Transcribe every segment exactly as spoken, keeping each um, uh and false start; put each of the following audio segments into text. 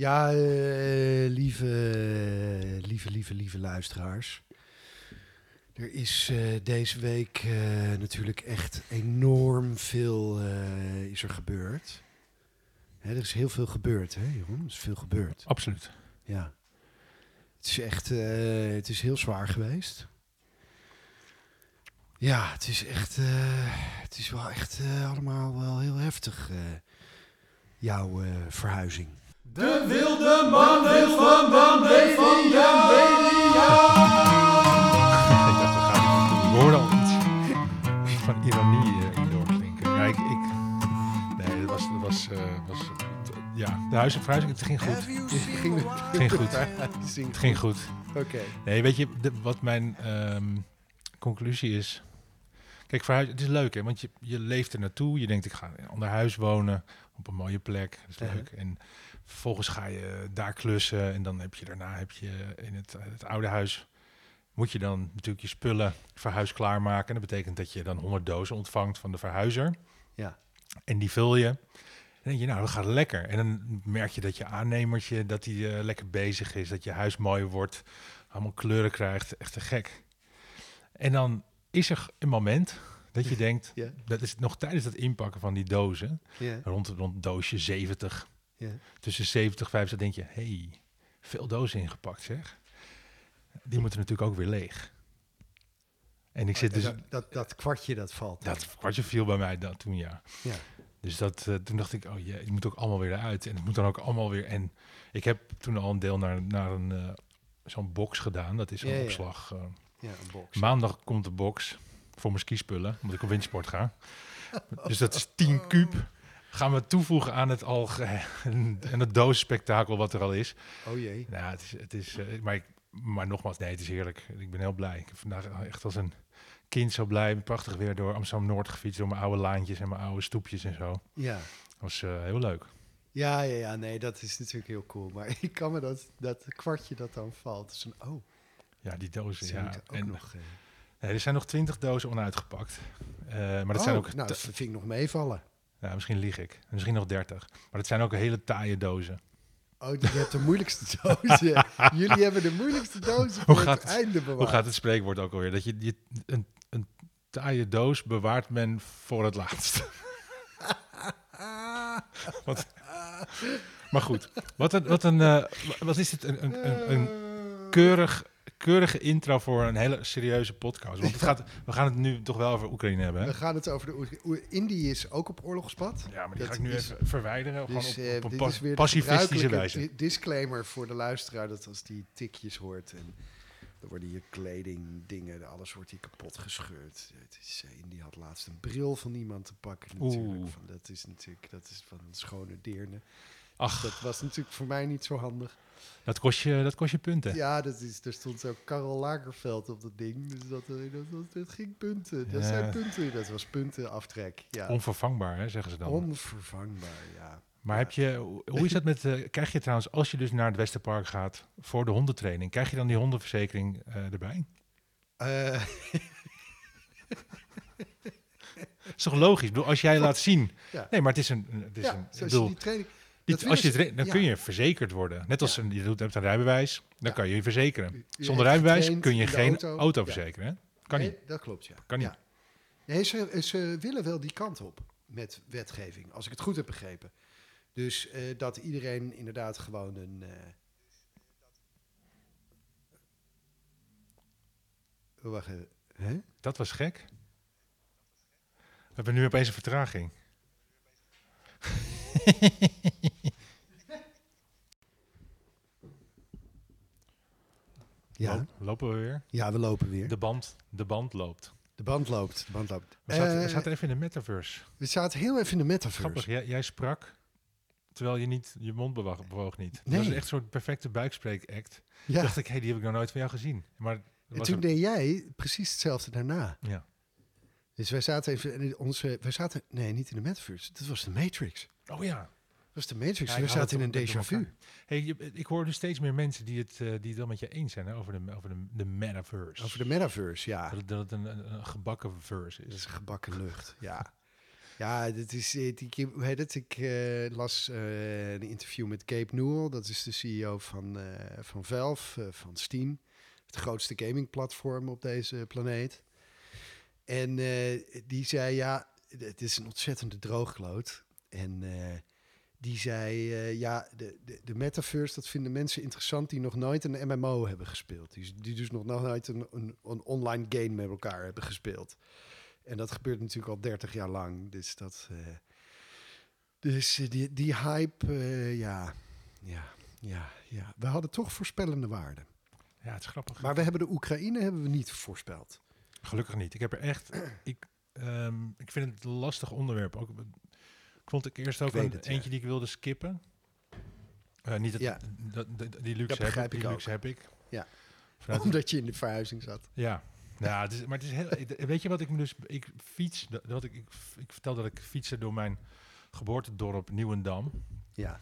Ja, uh, lieve, lieve, lieve, lieve luisteraars. Er is uh, deze week uh, natuurlijk echt enorm veel uh, is er gebeurd. Hè, er is heel veel gebeurd, hè Jeroen? Er is veel gebeurd. Absoluut. Ja. Het is echt, uh, het is heel zwaar geweest. Ja, het is echt, uh, het is wel echt uh, allemaal wel heel heftig, uh, jouw uh, verhuizing. De wilde mannen van de media. Ik dacht, we gaan niet. Ik hoorde al iets van ironie uh, doorklinken. Ja, ik, ik, nee, dat was, dat was, uh, was uh, t- ja, de huis- verhuizing, het ging goed. Het ging, Het ging goed. Het ging goed. Oké. Okay. Nee, weet je, de, wat mijn um, conclusie is. Kijk, verhuizen, het is leuk, hè, want je, je leeft er naartoe. Je denkt, ik ga in een ander huis wonen, op een mooie plek. Dat is uh-huh. leuk. En vervolgens ga je daar klussen en dan heb je daarna heb je in het, het oude huis moet je dan natuurlijk je spullen verhuis klaarmaken. Dat betekent dat je dan honderd dozen ontvangt van de verhuizer. Ja. En die vul je. En dan denk je, nou, dat gaat lekker. En dan merk je dat je aannemertje, dat die uh, lekker bezig is, dat je huis mooi wordt, allemaal kleuren krijgt, echt te gek. En dan is er een moment dat je denkt, yeah. dat is nog tijdens het inpakken van die dozen, yeah. rond, rond doosje zeventig, yeah. tussen zeventig en vijftig, denk je, hé, hey, veel dozen ingepakt zeg. Die moeten natuurlijk ook weer leeg. En ik zit dus... Dat, dat, dat kwartje dat valt. Dat kwartje viel bij mij dan, toen, ja. ja. Dus dat, uh, toen dacht ik, oh jee, het moet ook allemaal weer eruit. En het moet dan ook allemaal weer... En ik heb toen al een deel naar, naar een, uh, zo'n box gedaan. Dat is zo'n ja, opslag. Uh, ja, een box. Maandag komt de box voor mijn skispullen, omdat ik op windsport ga. Dus dat is tien kuub. Gaan we toevoegen aan het algeheel en het doosspektakel wat er al is. Oh jee. Nou, het is... Het is uh, maar, ik, maar nogmaals, nee, het is heerlijk. Ik ben heel blij. Ik heb vandaag echt als een kind zo blij, prachtig weer door Amsterdam-Noord gefietst, door mijn oude laantjes en mijn oude stoepjes en zo. Ja. Dat was uh, heel leuk. Ja, ja, ja, nee, dat is natuurlijk heel cool. Maar ik kan me dat, dat kwartje dat dan valt. Dus een, oh. Ja, die dozen, zijn ja. Ook en, nog, uh... nee, er zijn nog twintig dozen onuitgepakt. Uh, maar dat oh, zijn ook... nou, dat vind ik nog meevallen. Ja, misschien lieg ik. Misschien nog dertig. Maar dat zijn ook hele taaie dozen. Oh, je hebt de moeilijkste dozen. Jullie hebben de moeilijkste dozen voor het, het einde bewaard. Hoe gaat het spreekwoord ook alweer? Dat je, je een, een taaie doos bewaart men voor het laatst. wat, maar goed, wat een, wat een uh, wat is het? Een, een, een, een keurig, keurige intro voor een hele serieuze podcast. Want het gaat, we gaan het nu toch wel over Oekraïne hebben. Hè? We gaan het over de Oekraïne. Indië is ook op oorlogspad. Ja, maar die dat ga ik nu is, even verwijderen. Dus, gewoon op, op een pa- pacifistische wijze. Di- disclaimer voor de luisteraar, dat als die tikjes hoort en dan worden je kleding, dingen, alles wordt hier kapot gescheurd. Het is, Indië had laatst een bril van iemand te pakken natuurlijk. Van, dat is natuurlijk, dat is van een schone deerne. Ach. Dat was natuurlijk voor mij niet zo handig. Dat kost je, dat kost je punten. Ja, dat is, er stond zo Karel Lagerfeld op dat ding. Dus dat, dat, dat, dat ging punten. Dat ja. zijn punten. Dat was puntenaftrek. Ja. Onvervangbaar, hè, zeggen ze dan. Onvervangbaar, ja. Maar ja. heb je, hoe is dat met, uh, krijg je trouwens, als je dus naar het Westerpark gaat voor de hondentraining, krijg je dan die hondenverzekering uh, erbij? Uh. Dat is toch logisch? Ik bedoel, als jij laat zien. Ja. Nee, maar het is een. Het is ja, een zoals bedoel, je die training. Die, als je het, dan ja. kun je verzekerd worden. Net als ja. een, je doet hebt een rijbewijs, dan ja. kan je je verzekeren. Je Zonder rijbewijs kun je geen auto, auto verzekeren. Ja. Hè? Kan nee, niet. Dat klopt, ja. Kan ja. niet. Nee, ze, ze willen wel die kant op met wetgeving, als ik het goed heb begrepen. Dus uh, dat iedereen inderdaad gewoon een... Uh... Wacht even. Huh? Dat was gek. We hebben nu opeens een vertraging. Ja. Loop, lopen we weer? Ja, we lopen weer. De band, de band loopt. De band loopt. De band loopt. We zaten, uh, we zaten even in de metaverse. We zaten heel even in de metaverse. Grappig, jij, jij sprak terwijl je niet je mond bewoog, bewoog niet. Nee. Dat was echt zo'n perfecte buikspreek-act. Ja. Toen dacht ik, hé, hey, die heb ik nog nooit van jou gezien. Maar en was toen een... deed jij precies hetzelfde daarna. Ja. Dus wij zaten even in onze... Wij zaten... Nee, niet in de metaverse. Dat was de Matrix. Oh ja. Dat was de Matrix. Ja, we zaten in een déjà vu. Hey, je, ik hoor dus steeds meer mensen die het, uh, die het wel met je eens zijn hè, over, de, over de, de metaverse. Over de metaverse, ja. Dat, dat het een, een, een gebakken verse is. Dat is gebakken lucht, ja. Ja, dit is, eh, die, hoe heet het? Ik eh, las eh, een interview met Gabe Newell. Dat is de C E O van, eh, van Valve, eh, van Steam. Het grootste gamingplatform op deze planeet. En eh, die zei, ja, het is een ontzettende droogkloot. En uh, die zei, uh, ja, de, de, de metaverse, dat vinden mensen interessant die nog nooit een M M O hebben gespeeld. Die, die dus nog nooit een, een, een online game met elkaar hebben gespeeld. En dat gebeurt natuurlijk al dertig jaar lang. Dus dat, uh, dus uh, die, die hype, uh, ja, ja, ja, ja. We hadden toch voorspellende waarden. Ja, het is grappig. Maar we hebben de Oekraïne hebben we niet voorspeld. Gelukkig niet. Ik heb er echt, ik, um, ik vind het een lastig onderwerp. Ook, ik vond ik eerst ook een, het, eentje ja. die ik wilde skippen. Uh, niet het, ja. dat, dat, die luxe heb ik. Die luxe heb ik. Ja. Vanuit Omdat je in de verhuizing zat. Ja. Ja, het is, maar het is heel. Weet je wat ik me dus. Ik fiets. Dat ik, ik, ik vertel dat ik fietste door mijn geboortedorp Nieuwendam. Ja.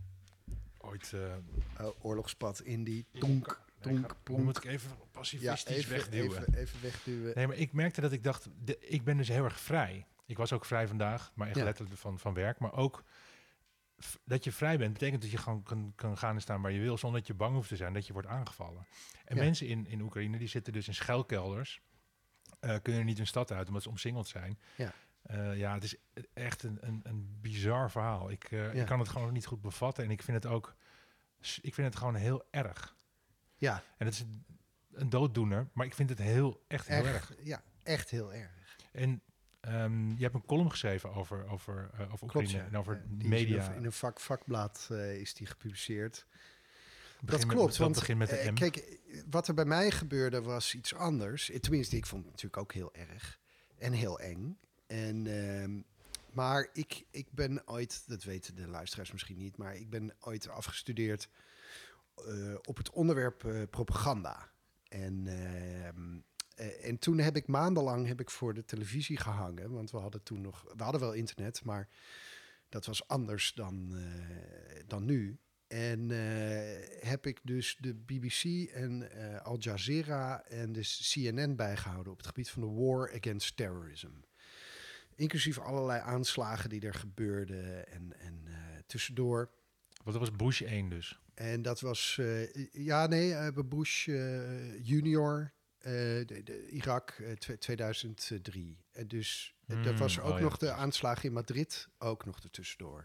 Ooit. Uh, uh, oorlogspad in die tonk. Tonk, nee, plonk. Moet ik even pacifistisch ja, even, wegduwen. Even, even wegduwen. Nee, maar ik merkte dat ik dacht, de, ik ben dus heel erg vrij. Ik was ook vrij vandaag, maar echt ja. letterlijk van, van werk. Maar ook f- dat je vrij bent, betekent dat je gewoon kan, kan gaan en staan waar je wil, zonder dat je bang hoeft te zijn dat je wordt aangevallen. En ja. mensen in, in Oekraïne, die zitten dus in schuilkelders, uh, kunnen niet hun stad uit, omdat ze omsingeld zijn. Ja, uh, ja het is echt een, een, een bizar verhaal. Ik, uh, ja. ik kan het gewoon niet goed bevatten en ik vind het ook, ik vind het gewoon heel erg. Ja. En het is een, een dooddoener, maar ik vind het heel, echt heel echt, erg. Ja, echt heel erg. En um, je hebt een column geschreven over, over, uh, over Oekraïne klopt, ja. en over ja, die media. In een, in een vak, vakblad uh, is die gepubliceerd. Begin dat met, klopt, want begin met de uh, M. kijk, wat er bij mij gebeurde was iets anders. Tenminste, ik vond het natuurlijk ook heel erg en heel eng. En, uh, maar ik, ik ben ooit, dat weten de luisteraars misschien niet, maar ik ben ooit afgestudeerd uh, op het onderwerp uh, propaganda. En, uh, uh, en toen heb ik maandenlang heb ik voor de televisie gehangen. Want we hadden toen nog... We hadden wel internet, maar dat was anders dan, uh, dan nu. En uh, heb ik dus de B B C en uh, Al Jazeera en de C N N bijgehouden op het gebied van de war against terrorism. Inclusief allerlei aanslagen die er gebeurden en, en uh, tussendoor. Want dat was Bush één dus. En dat was, uh, ja nee, uh, Bush uh, junior, uh, de, de Irak, uh, tweeduizend drie. En dus mm, dat was ook oh, nog ja. de aanslagen in Madrid, ook nog ertussendoor.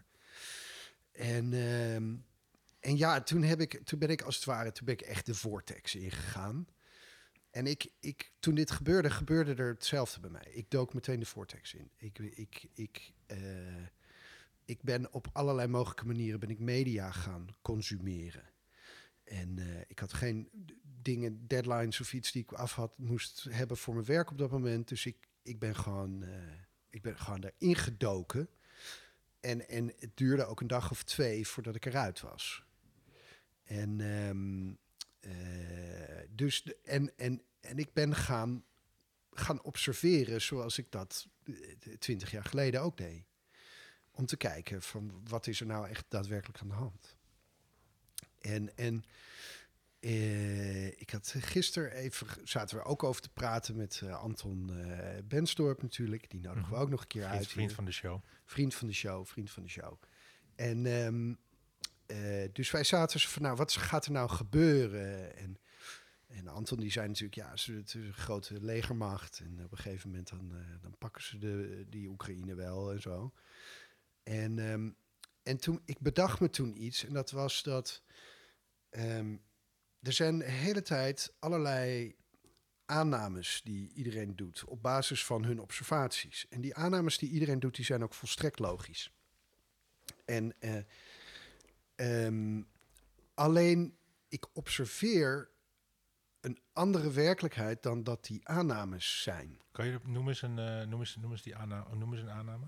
En, uh, en ja, toen, heb ik, toen ben ik als het ware, toen ben ik echt de vortex ingegaan. En ik, ik, toen dit gebeurde, gebeurde er hetzelfde bij mij. Ik dook meteen de vortex in. Ik, ik, ik, uh, ik ben op allerlei mogelijke manieren ben ik media gaan consumeren. En uh, ik had geen dingen, deadlines of iets die ik af had moest hebben voor mijn werk op dat moment. Dus ik, ik ben gewoon, uh, ik ben gewoon daarin gedoken. En, en het duurde ook een dag of twee voordat ik eruit was. En um, uh, dus de, en, en, en ik ben gaan, gaan observeren zoals ik dat twintig jaar geleden ook deed. Om te kijken van wat is er nou echt daadwerkelijk aan de hand. En, en uh, ik had gisteren even, zaten we ook over te praten met uh, Anton uh, Bensdorp natuurlijk. Die nodigen we ook nog een keer vriend, uit. Vriend van de show. Vriend van de show, vriend van de show. En um, uh, dus wij zaten zo van, nou, wat gaat er nou gebeuren? En, en Anton die zei natuurlijk, ja, het is een grote legermacht. En op een gegeven moment dan, uh, dan pakken ze de, die Oekraïne wel en zo. En, um, en toen, ik bedacht me toen iets. En dat was dat um, er zijn de hele tijd allerlei aannames die iedereen doet op basis van hun observaties. En die aannames die iedereen doet, die zijn ook volstrekt logisch. En uh, um, alleen ik observeer een andere werkelijkheid dan dat die aannames zijn. Kan je noem eens een, uh, noem eens, noem eens die aanname, noem eens een aanname?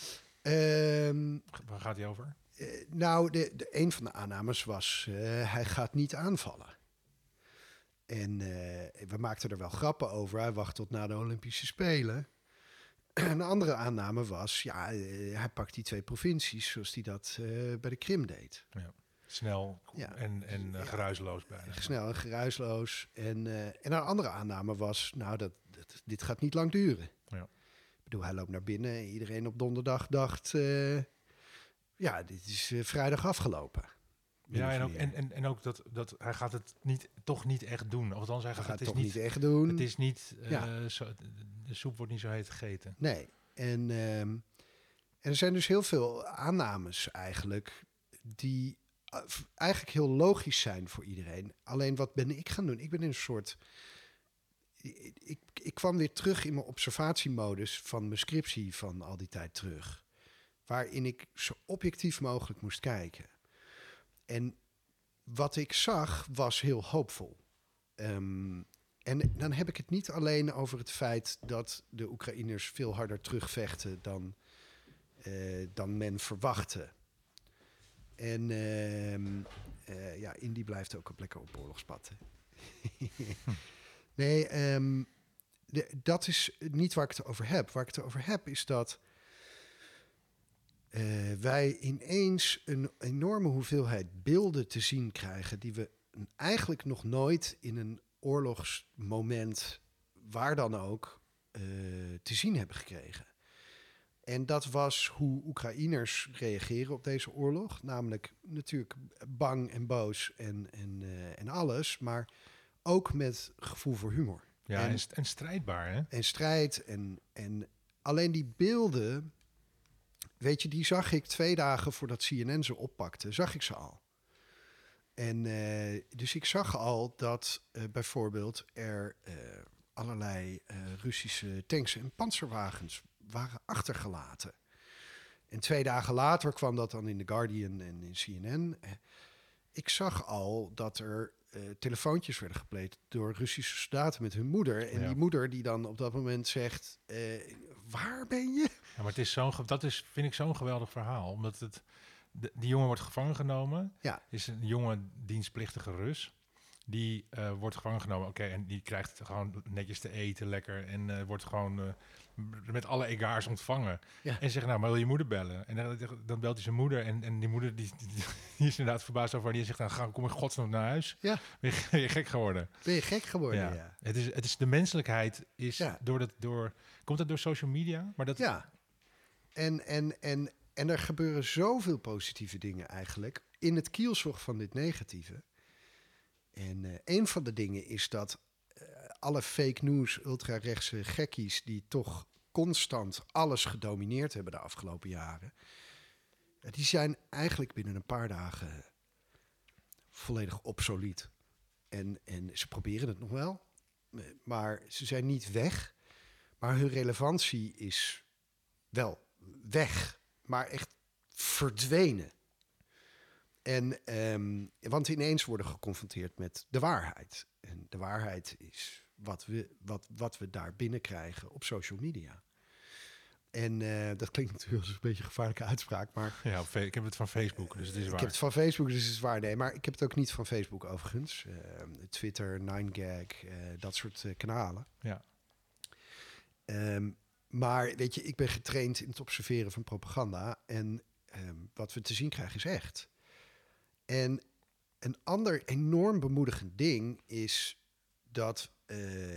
Um, Waar gaat die over? Uh, nou, de, de, een van de aannames was, uh, hij gaat niet aanvallen. En uh, we maakten er wel grappen over. Hij wacht tot na de Olympische Spelen. Een andere aanname was, ja, uh, hij pakt die twee provincies zoals hij dat uh, bij de Krim deed. Ja. Snel ja. en, en uh, ja. geruisloos bijna. Snel en geruisloos. En, uh, en een andere aanname was, nou, dat, dat, dit gaat niet lang duren. Ja. bedoel, hij loopt naar binnen. Iedereen op donderdag dacht... Uh, ja, dit is uh, vrijdag afgelopen. Ja, en ook, en, en, en ook dat, dat hij gaat het niet, toch niet echt doen. Of althans, hij gaat, hij gaat het het is toch niet, niet echt doen. Het is niet... Uh, ja. zo, de soep wordt niet zo heet gegeten. Nee. En, um, en er zijn dus heel veel aannames eigenlijk... die uh, eigenlijk heel logisch zijn voor iedereen. Alleen wat ben ik gaan doen? Ik ben in een soort... Ik, ik, ik kwam weer terug in mijn observatiemodus van mijn scriptie van al die tijd terug. Waarin ik zo objectief mogelijk moest kijken. En wat ik zag was heel hoopvol. Um, en dan heb ik het niet alleen over het feit dat de Oekraïners veel harder terugvechten dan, uh, dan men verwachtte. En uh, uh, ja, Indy blijft ook op lekker op oorlogspad. Nee, um, de, dat is niet waar ik het over heb. Waar ik het over heb is dat uh, wij ineens een enorme hoeveelheid beelden te zien krijgen die we eigenlijk nog nooit in een oorlogsmoment, waar dan ook, uh, te zien hebben gekregen. En dat was hoe Oekraïners reageren op deze oorlog. Namelijk natuurlijk bang en boos en, en, uh, en alles, maar ook met gevoel voor humor. Ja, en, en, en strijdbaar, hè? En strijd. En, en alleen die beelden, weet je, die zag ik twee dagen voordat C N N ze oppakte, zag ik ze al. En uh, dus ik zag al dat uh, bijvoorbeeld er uh, allerlei uh, Russische tanks en panzerwagens waren achtergelaten. En twee dagen later kwam dat dan in The Guardian en in C N N. Uh, ik zag al dat er uh, telefoontjes werden gepleegd door Russische soldaten met hun moeder. En ja. die moeder die dan op dat moment zegt, uh, waar ben je? Ja, maar het is zo'n, dat is, vind ik zo'n geweldig verhaal. Omdat het, de, die jongen wordt gevangen genomen. Ja. Is een jonge dienstplichtige Rus. Die uh, wordt gevangen genomen. Oké, okay, en die krijgt gewoon netjes te eten, lekker. En uh, wordt gewoon uh, met alle egaars ontvangen. Ja. En zegt, nou, maar wil je moeder bellen? En dan, dan belt hij zijn moeder. En, en die moeder die, die, die is inderdaad verbaasd over. Die zegt, nou, ga, kom in godsnaam naar huis. Ja. Ben je, ben je gek geworden? Ben je gek geworden, ja. ja. Het, is, het is de menselijkheid is ja. door dat door. Komt dat door social media? Maar dat, ja. En, en, en, en er gebeuren zoveel positieve dingen eigenlijk in het kielzog van dit negatieve. En uh, een van de dingen is dat uh, alle fake news, ultrarechtse gekkies die toch constant alles gedomineerd hebben de afgelopen jaren, uh, die zijn eigenlijk binnen een paar dagen volledig obsolet. En, en ze proberen het nog wel, maar ze zijn niet weg. Maar hun relevantie is wel weg, maar echt verdwenen. En, um, want ineens worden geconfronteerd met de waarheid. En de waarheid is wat we, wat, wat we daar binnenkrijgen op social media. En uh, dat klinkt natuurlijk als een beetje een gevaarlijke uitspraak, maar... Ja, ik heb het van Facebook, dus het is waar. Ik heb het van Facebook, dus het is waar. Nee, maar ik heb het ook niet van Facebook overigens. Uh, Twitter, nine gag, uh, dat soort uh, kanalen. Ja. Um, maar weet je, ik ben getraind in het observeren van propaganda. En um, wat we te zien krijgen is echt. En een ander enorm bemoedigend ding is dat uh,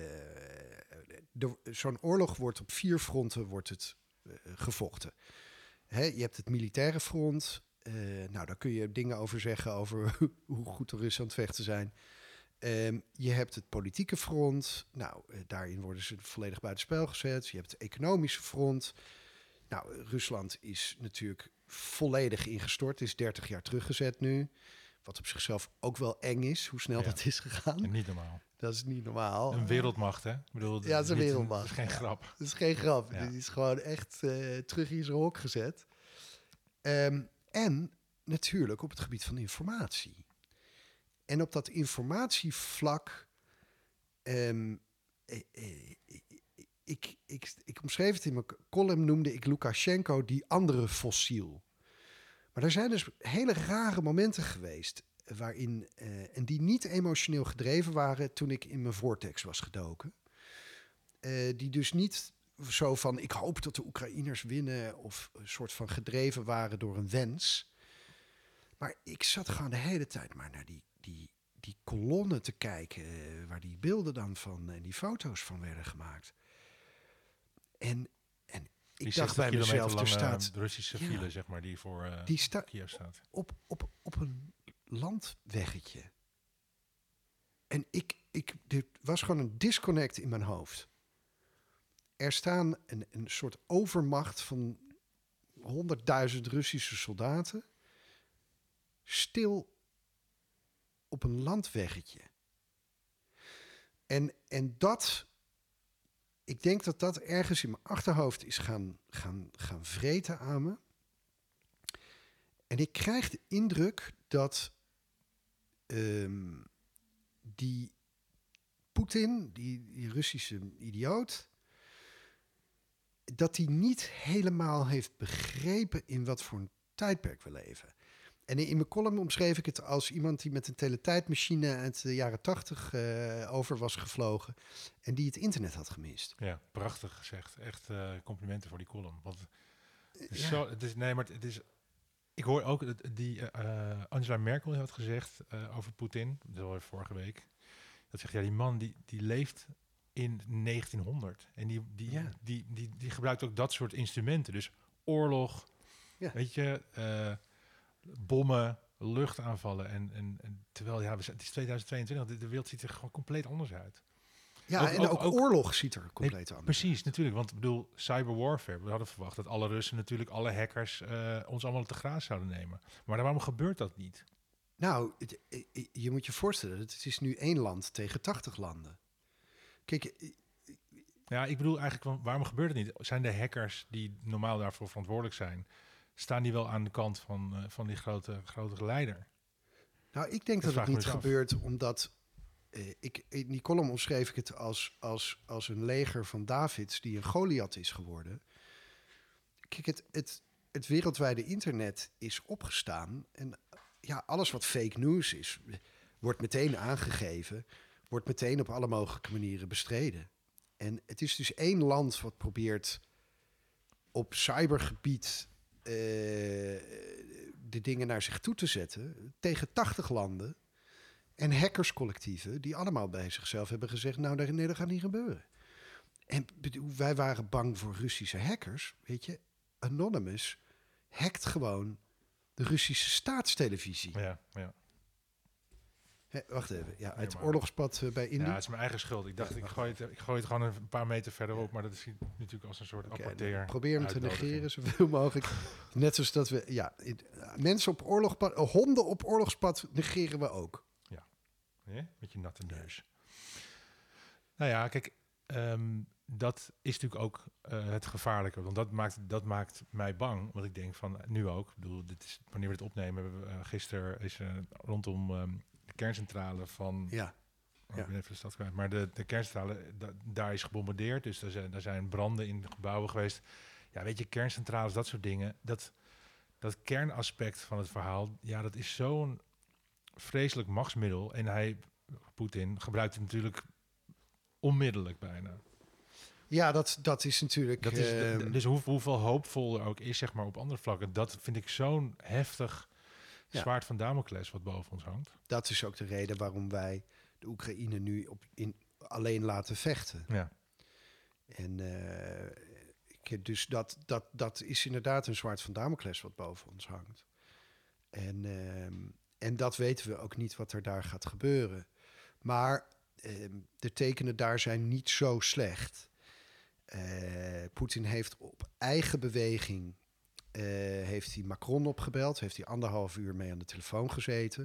de, zo'n oorlog wordt op vier fronten wordt het, uh, gevochten. Hè, je hebt het militaire front. Uh, nou, daar kun je dingen over zeggen over hoe goed de Russen aan het vechten zijn. Um, je hebt het politieke front. Nou, uh, daarin worden ze volledig buitenspel gezet. Je hebt het economische front. Nou, Rusland is natuurlijk volledig ingestort. Is dertig jaar teruggezet nu. Wat op zichzelf ook wel eng is, hoe snel ja. dat is gegaan. En niet normaal. Dat is niet normaal. Een wereldmacht, hè? Ik bedoel, ja, het is een wereldmacht. Dat is geen ja. grap. Dat is geen grap. Ja. Dit is gewoon echt uh, terug in zijn hok gezet. Um, en natuurlijk op het gebied van informatie. En op dat informatievlak... Um, eh, eh, ik, ik, ik omschreef het in mijn column, noemde ik Lukashenko die andere fossiel. Maar er zijn dus hele rare momenten geweest... waarin uh, en die niet emotioneel gedreven waren toen ik in mijn vortex was gedoken. Uh, die dus niet zo van, ik hoop dat de Oekraïners winnen... of een soort van gedreven waren door een wens. Maar ik zat gewoon de hele tijd maar naar die... die die kolonnen te kijken, uh, waar die beelden dan van en die foto's van werden gemaakt. En, en ik dacht bij mezelf, er staat... Russische ja, file, zeg maar, die voor uh, die sta- Kiev staat. Op, op, op een landweggetje. En ik, ik, dit was gewoon een disconnect in mijn hoofd. Er staan een, een soort overmacht van honderdduizend Russische soldaten stil op een landweggetje. En, en dat, ik denk dat dat ergens in mijn achterhoofd is gaan, gaan, gaan vreten aan me. En ik krijg de indruk dat um, die Poetin, die, die Russische idioot, dat hij niet helemaal heeft begrepen in wat voor een tijdperk we leven. En in mijn column omschreef ik het als iemand die met een teletijdmachine uit de jaren tachtig uh, over was gevlogen en die het internet had gemist. Ja, prachtig gezegd. Echt uh, complimenten voor die column. Want het is ja. zo, het is, nee, maar het is. Ik hoor ook dat die uh, Angela Merkel had gezegd uh, over Poetin, dat was vorige week. Dat zegt ja, die man die, die leeft in negentienhonderd en die die, ja. die, die, die, die gebruikt ook dat soort instrumenten. Dus oorlog, ja. weet je. Uh, bommen, luchtaanvallen. En, en, en terwijl, ja, het is tweeduizend tweeëntwintig, de, de wereld ziet er gewoon compleet anders uit. Ja, ook, en ook, ook oorlog ziet er compleet nee, anders precies, uit. natuurlijk. Want ik bedoel, cyberwarfare. We hadden verwacht dat alle Russen natuurlijk, alle hackers uh, ons allemaal te graas zouden nemen. Maar waarom gebeurt dat niet? Nou, het, je moet je voorstellen, het is nu één land tegen tachtig landen. Kijk... Ja, ik bedoel eigenlijk, waarom gebeurt het niet? Zijn de hackers die normaal daarvoor verantwoordelijk zijn, staan die wel aan de kant van, uh, van die grote, grote leider? Nou, ik denk dat, dat het niet gebeurt omdat... Uh, ik, in die column omschreef ik het als, als, als een leger van Davids die een Goliath is geworden. Kijk, het, het, het wereldwijde internet is opgestaan. En ja, alles wat fake news is, wordt meteen aangegeven. Wordt meteen op alle mogelijke manieren bestreden. En het is dus één land wat probeert op cybergebied uh, de dingen naar zich toe te zetten. Tegen tachtig landen. En hackerscollectieven die allemaal bij zichzelf hebben gezegd... nou, nee, dat gaat niet gebeuren. En wij waren bang voor Russische hackers. Weet je, Anonymous hackt gewoon de Russische staatstelevisie. Ja, ja. He, wacht even, ja, het nee, oorlogspad uh, bij Indië. Ja, het is mijn eigen schuld. Ik dacht, ja, ik, gooi het, ik gooi het gewoon een paar meter verderop... maar dat is natuurlijk als een soort okay, apporteer. Nee, probeer hem te negeren zoveel mogelijk. Net zoals dat we... Ja, mensen op oorlogspad... honden op oorlogspad negeren we ook. Ja, met je natte neus. Nou ja, kijk, um, dat is natuurlijk ook uh, het gevaarlijke. Want dat maakt, dat maakt mij bang. Want ik denk van, nu ook, ik bedoel, dit is, wanneer we dit opnemen... We, uh, gisteren is uh, rondom um, de kerncentrale van... Ja. Oh, ja. Ik ben even de stad kwijt. Maar de, de kerncentrale, da, daar is gebombardeerd. Dus daar zijn, daar zijn branden in de gebouwen geweest. Ja, weet je, kerncentrales, dat soort dingen. Dat, dat kernaspect van het verhaal, ja, dat is zo'n vreselijk machtsmiddel. En hij, Poetin, gebruikt het natuurlijk onmiddellijk bijna. Ja, dat, dat is natuurlijk... Dat is de, uh, dus hoe, hoeveel hoopvol er ook is, zeg maar, op andere vlakken. Dat vind ik zo'n heftig ja. zwaard van Damocles wat boven ons hangt. Dat is ook de reden waarom wij de Oekraïne nu op in, alleen laten vechten. Ja. En uh, ik, dus dat, dat, dat is inderdaad een zwaard van Damocles wat boven ons hangt. En... Uh, En dat weten we ook niet wat er daar gaat gebeuren. Maar eh, de tekenen daar zijn niet zo slecht. Uh, Poetin heeft op eigen beweging... Uh, heeft hij Macron opgebeld. Heeft hij anderhalf uur mee aan de telefoon gezeten.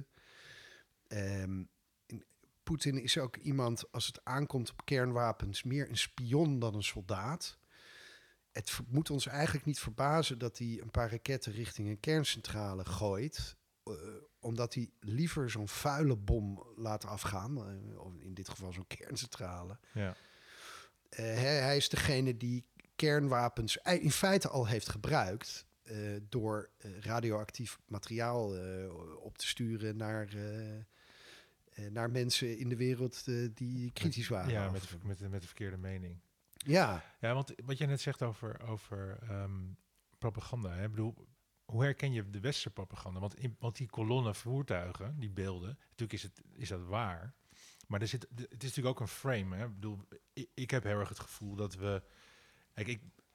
Um, Poetin is ook iemand, als het aankomt op kernwapens... meer een spion dan een soldaat. Het moet ons eigenlijk niet verbazen... dat hij een paar raketten richting een kerncentrale gooit... Uh, omdat hij liever zo'n vuile bom laat afgaan. Uh, of in dit geval zo'n kerncentrale. Ja. Uh, hij, hij is degene die kernwapens in feite al heeft gebruikt... Uh, door uh, radioactief materiaal uh, op te sturen naar, uh, uh, naar mensen in de wereld uh, die kritisch waren. Ja, met de, met, de, met de verkeerde mening. Ja. Ja, want wat jij net zegt over, over um, propaganda. Hè? Ik bedoel... Hoe herken je de westerse propaganda? Want, in, want die kolonnen voertuigen, die beelden... natuurlijk is, het, is dat waar. Maar er zit, het is natuurlijk ook een frame. Hè? Ik bedoel, ik, ik heb heel erg het gevoel dat we... Kijk, ik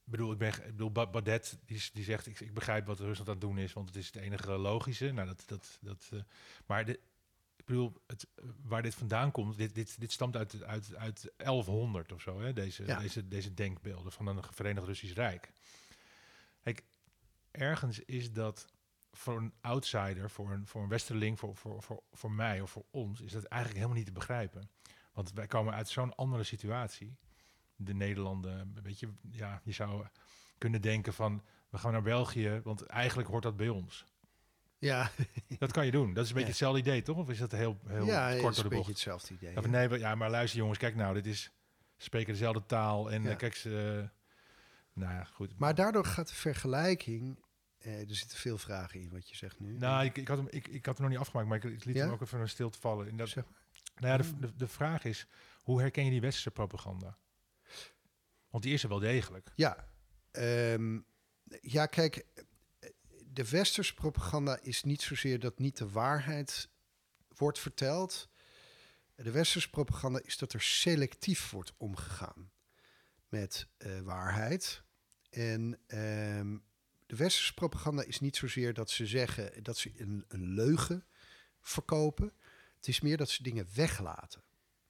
bedoel, ik, ben, ik bedoel, Baudet die, die zegt, ik, ik begrijp wat Rusland aan het doen is, want het is het enige logische. Nou, dat, dat, dat, uh, maar de, ik bedoel, het, waar dit vandaan komt, dit, dit, dit stamt uit, uit, uit elfhonderd of zo, hè? Deze, ja. deze, deze denkbeelden van een Verenigd Russisch Rijk. Kijk, ergens is dat voor een outsider, voor een, voor een westerling, voor, voor, voor, voor mij of voor ons, is dat eigenlijk helemaal niet te begrijpen. Want wij komen uit zo'n andere situatie. De Nederlanden, weet je, ja, je zou kunnen denken van, we gaan naar België, want eigenlijk hoort dat bij ons. Ja. Dat kan je doen. Dat is een beetje ja. hetzelfde idee, toch? Of is dat heel, heel ja, kort door de bocht? Ja, een beetje hetzelfde idee. Of, nee, ja, maar luister jongens, kijk nou, dit is, ze spreken dezelfde taal en ja. uh, kijk ze, uh, nou ja, goed. Maar daardoor gaat de vergelijking, eh, er zitten veel vragen in wat je zegt nu. Nou, ik, ik, had, hem, ik, ik had hem nog niet afgemaakt, maar ik, ik liet ja? hem ook even een stil te vallen. En dat, zeg nou ja, de, de, de vraag is, hoe herken je die westerse propaganda? Want die is er wel degelijk. Ja, um, ja, kijk, de westerse propaganda is niet zozeer dat niet de waarheid wordt verteld. De westerse propaganda is dat er selectief wordt omgegaan met uh, waarheid. En um, de westerse propaganda is niet zozeer dat ze zeggen dat ze een, een leugen verkopen. Het is meer dat ze dingen weglaten.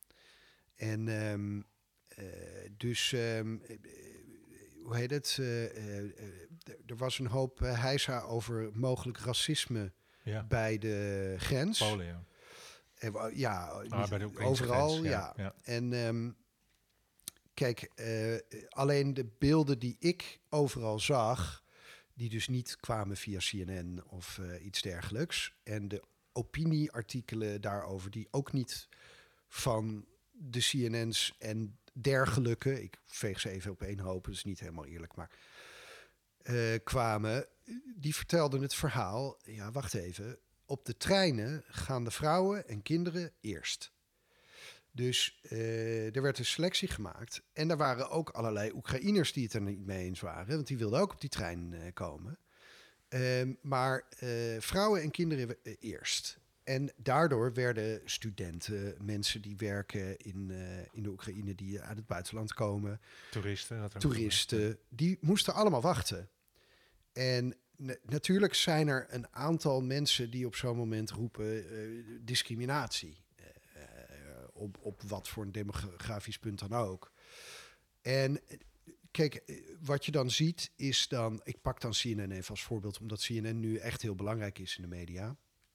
En um, uh, dus, um, uh, hoe heet het? Uh, uh, uh, er was een hoop uh, heisa over mogelijk racisme ja. bij de grens. Polen, ja. Uh, ja, ah, bij de overal, grens, ja. ja. ja. En um, kijk, uh, alleen de beelden die ik overal zag, die dus niet kwamen via C N N of uh, iets dergelijks. En de opinieartikelen daarover, die ook niet van de C N N's en dergelijke, ik veeg ze even op één hoop, dat is niet helemaal eerlijk, maar uh, kwamen, die vertelden het verhaal, ja, wacht even, op de treinen gaan de vrouwen en kinderen eerst. Dus uh, er werd een selectie gemaakt. En er waren ook allerlei Oekraïners die het er niet mee eens waren, want die wilden ook op die trein uh, komen. Uh, maar uh, vrouwen en kinderen uh, eerst. En daardoor werden studenten, mensen die werken in, uh, in de Oekraïne, die uit het buitenland komen. Toeristen. Dat er toeristen, die moesten allemaal wachten. En n- natuurlijk zijn er een aantal mensen die op zo'n moment roepen uh, discriminatie. Uh, op, op wat voor een demografisch punt dan ook. En kijk, wat je dan ziet is dan, ik pak dan C N N even als voorbeeld, omdat C N N nu echt heel belangrijk is in de media.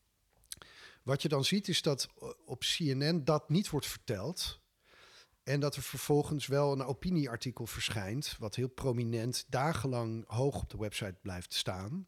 Wat je dan ziet is dat op C N N dat niet wordt verteld. En dat er vervolgens wel een opinieartikel verschijnt, wat heel prominent dagenlang hoog op de website blijft staan.